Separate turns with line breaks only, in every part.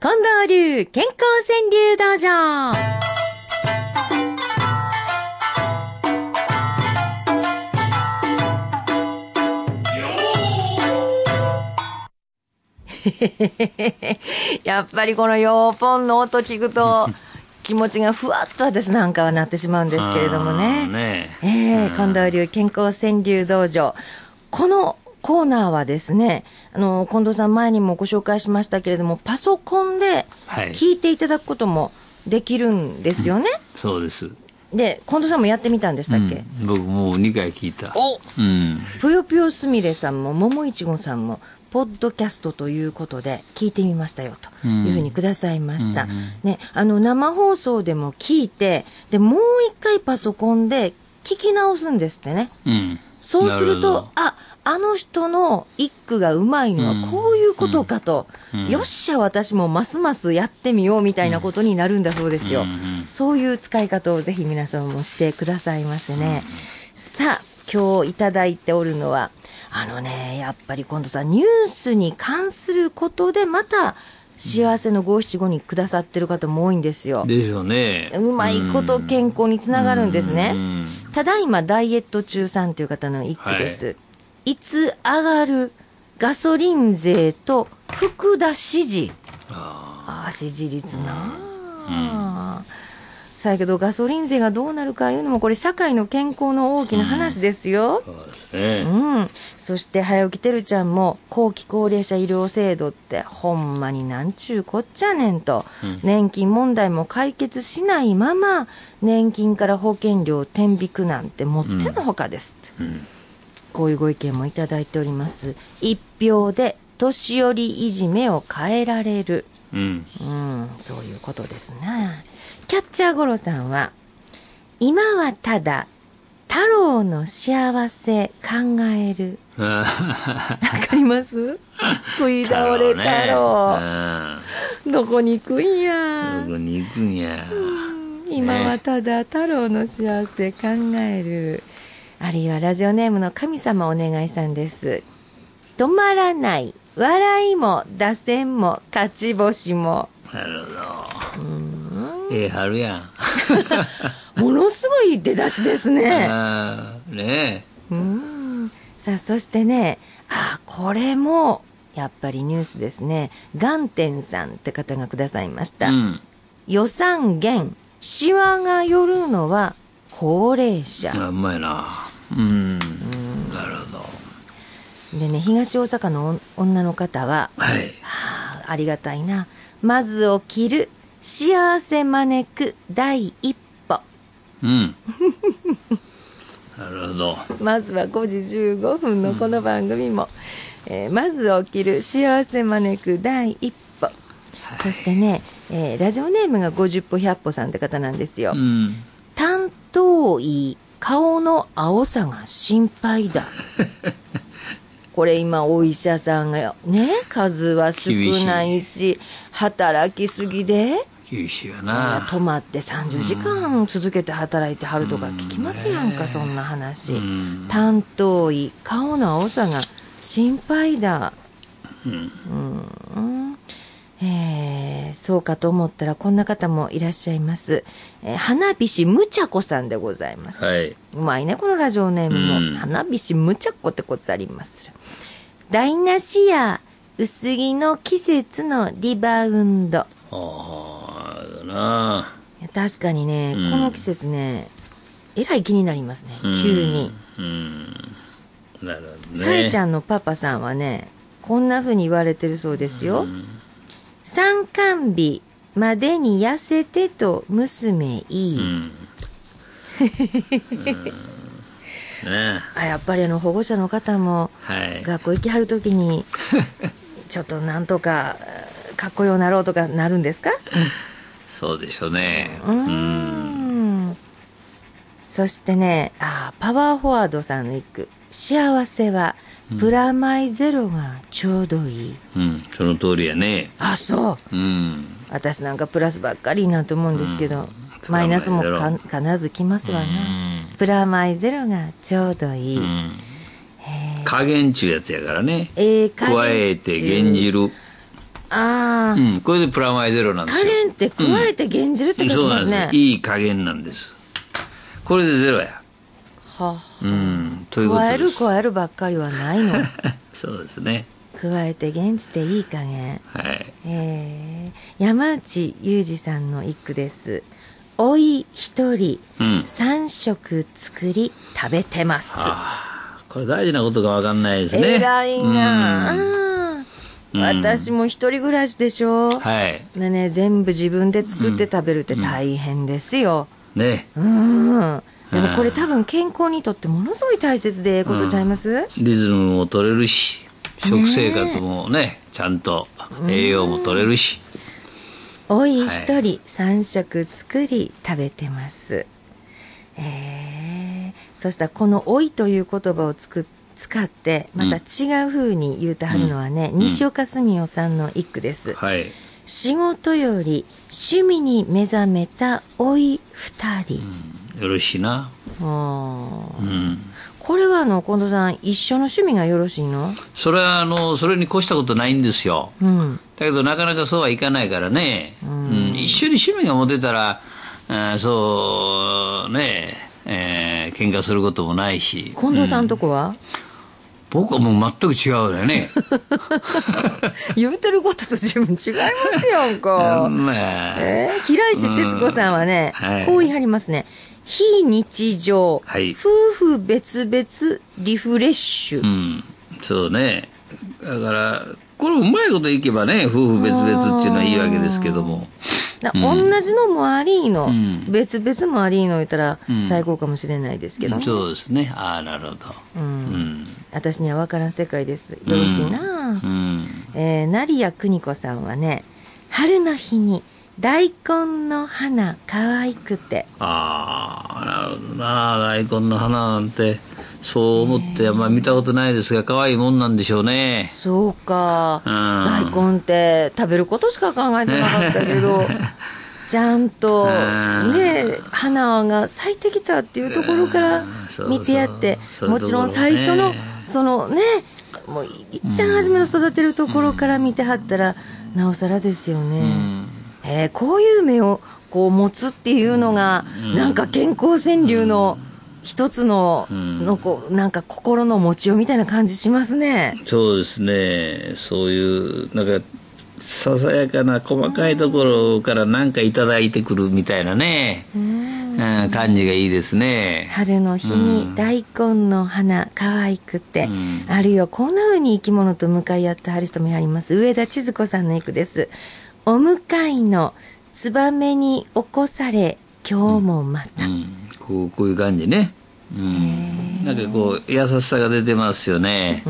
近藤流健康川柳道場。やっぱりこのヨーポンの音聞くと気持ちがふわっと私なんかはなってしまうんですけれどもね。近藤流健康川柳道場。このコーナーはですね、近藤さん前にもご紹介しましたけれども、パソコンで聞いていただくこともできるんですよね。
そうです。
で、近藤さんもやってみたんでしたっけ？
僕もう2回聞いた。
ぷよぷよすみれさんも桃いちごさんもポッドキャストということで聞いてみましたよというふうにくださいました、ね、生放送でも聞いて、でもう一回パソコンで聞き直すんですってね、そうするとあの人の一句がうまいのはこういうことかと、よっしゃ私もますますやってみようみたいなことになるんだそうですよ、そういう使い方をぜひ皆さんもしてくださいませね、さあ今日いただいておるのはやっぱり今度さニュースに関することでまた幸せの五七五にくださってる方も多いんですよ。
でしょうね。
うまいこと健康につながるんですね。ただいまダイエット中さんという方の一句です、いつ上がるガソリン税と福田支持。支持率なさあけどガソリン税がどうなるかいうのもこれ社会の健康の大きな話ですよ、
そうですね。
そして早起きてるちゃんも後期高齢者医療制度ってほんまになんちゅうこっちゃねんと、年金問題も解決しないまま年金から保険料天引くなんてもってのほかですって、こういうご意見もいただいております。一票で年寄りいじめを変えられる、そういうことですね。キャッチャーゴロさんは今はただ太郎の幸せ考えるわかります食い倒れ太郎、どこに行くんや今はただ太郎の幸せ考える、あるいはラジオネームの神様お願いさんです。止まらない笑いも打線も勝ち星も。
なるほど。春やん
ものすごい出だしですね。さあそしてね、これもやっぱりニュースですね。元天さんって方がくださいました、予算減シワが寄るのは高齢者。
うまいな。なるほど。
でね、東大阪の女の方は、ありがたいな。まず起きる幸せ招く第一歩。
なるほど。
まずは5時15分のこの番組も、まず起きる幸せ招く第一歩、そしてね、ラジオネームが50歩100歩さんって方なんですよ、担当医顔の青さが心配だこれ今お医者さんがね数は少ないし働きすぎで
厳しいよな。
泊まって30時間続けて働いてはるとか聞きますやんか、そんな話。担当医顔の青さが心配だ、そうかと思ったらこんな方もいらっしゃいます、花火師むちゃこさんでございます、うまいねこのラジオネームも、花火師むちゃこってございます台無しや薄着の季節のリバウンド。確かにね、この季節ねえらい気になりますね、急に。
なるほどね。
さえちゃんのパパさんはねこんな風に言われてるそうですよ、参観日までに痩せてと娘いい、やっぱり保護者の方も学校行きはるときにちょっとなんとかかっこようなろうとかなるんですか
そうでしょうね。
そしてね、パワーフォワードさんの一句、幸せはプラマイゼロがちょうどいい、
その通りやね。
そう、私なんかプラスばっかりなんて思うんですけど、マイナスも必ず来ますわな、プラマイゼロがちょうどいい、
加減ちゅうやつやからね、加えて減じる。
ああ、
これでプラマイゼロなんですよ。
加減って加えて減じるって書いて
そう
ますね。
なんです。いい加減なんです。これでゼロや。
は
ということ
加える
です。
加えるばっかりはないの。
そうですね。
加えて減じていい加減。
はい。
山内裕二さんの一句です。おい一人、3食作り食べてます。
これ大事なことが分かんないですね。
偉いな。私も一人暮らしでしょ。
はい。
ね、全部自分で作って食べるって大変ですよ。
ね。
でもこれ多分健康にとってものすごい大切でことちゃいます？
リズムも取れるし、食生活もね、ちゃんと栄養も取れるし。
おい一人3食作り食べてます。そしたらこのおいという言葉を使ってまた違う風に言うてはるのはね、西岡澄夫さんの一句です。
はい。
仕事より趣味に目覚めたおい二人。
よろしいな。
これは近藤さん一緒の趣味がよろしいの？
それはそれに越したことないんですよ。だけどなかなかそうはいかないからね。一緒に趣味が持てたら、そうね、喧嘩することもないし。
近藤さんとこは？
僕はもう全く違うよね。
言うてることと自分違いますよんか。平石節子さんはね、こう言い張りますね。非日常、夫婦別々リフレッシュ。
そうね。だからこれうまいこといけばね、夫婦別々っていうのはいいわけですけども。
同じのもありーの、別々もありーの言ったら最高かもしれないですけどね。
そうですね。なるほど。
私には分からん世界です。よろしいな。成谷邦子さんはね、春の日に大根の花可愛くて。
なるほどな。大根の花なんてそう思ってあんま見たことないですが、可愛いもんなんでしょうね。
そうか。大根って食べることしか考えてなかったけどちゃんとね、花が咲いてきたっていうところから見てやって、もちろん最初のそのね、もういっちゃん初めの育てるところから見てはったらなおさらですよね。こういう目をこう持つっていうのが、なんか健康川柳の一つの、なんか心の持ちようみたいな感じしますね。
そうですね。そういうなんかささやかな細かいところから何かいただいてくるみたいなね、感じがいいですね。
春の日に大根の花可愛くて、あるいはこんな風に生き物と向かい合ってはる人もあります。上田千鶴子さんの一句です。お向かいのツバメに起こされ今日もまた。
こういう感じね。なんかこう優しさが出てますよね。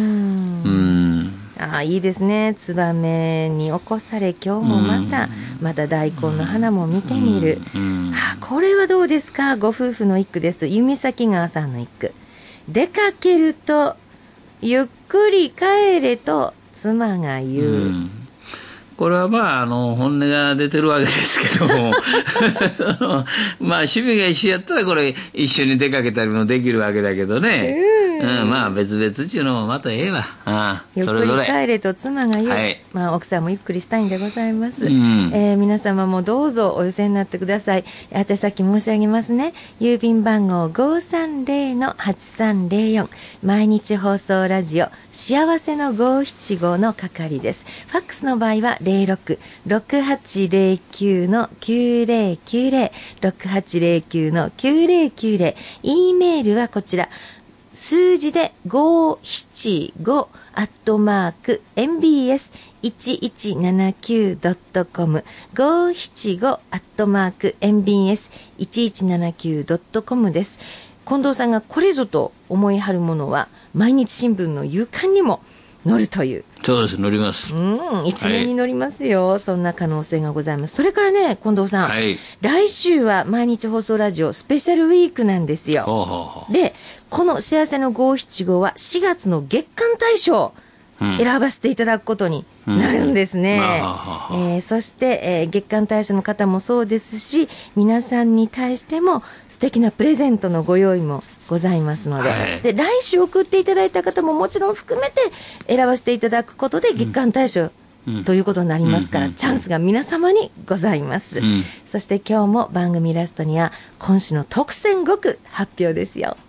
いいですね。ツバメに起こされ今日もまた大根の花も見てみる。これはどうですか？ご夫婦の一句です。弓崎川さんの一句。出かけるとゆっくり帰れと妻が言う。
これは本音が出てるわけですけども趣味が一緒やったらこれ一緒に出かけたりもできるわけだけどね。別々っていうのもまたええわ。
ゆっくり帰れと妻が言う。奥さんもゆっくりしたいんでございます。皆様もどうぞお寄せになってください。宛先申し上げますね。郵便番号 530-8304 毎日放送ラジオ幸せの575の係です。ファックスの場合は06-6809-9090 6809-9090 E メールはこちら数字で575@mbs1179.com 575@mbs1179.com です。近藤さんがこれぞと思いはるものは毎日新聞の夕刊にも載るという。
そうです、載ります。
一面に載りますよ、そんな可能性がございます。それからね、近藤さん、来週は毎日放送ラジオスペシャルウィークなんですよ。で、この幸せの575は4月の月間大賞選ばせていただくことになるんですね。そして、月間大使の方もそうですし、皆さんに対しても素敵なプレゼントのご用意もございますので、で来週送っていただいた方ももちろん含めて選ばせていただくことで月間大使をということになりますから、チャンスが皆様にございます。そして今日も番組ラストには今週の特選5句発表ですよ。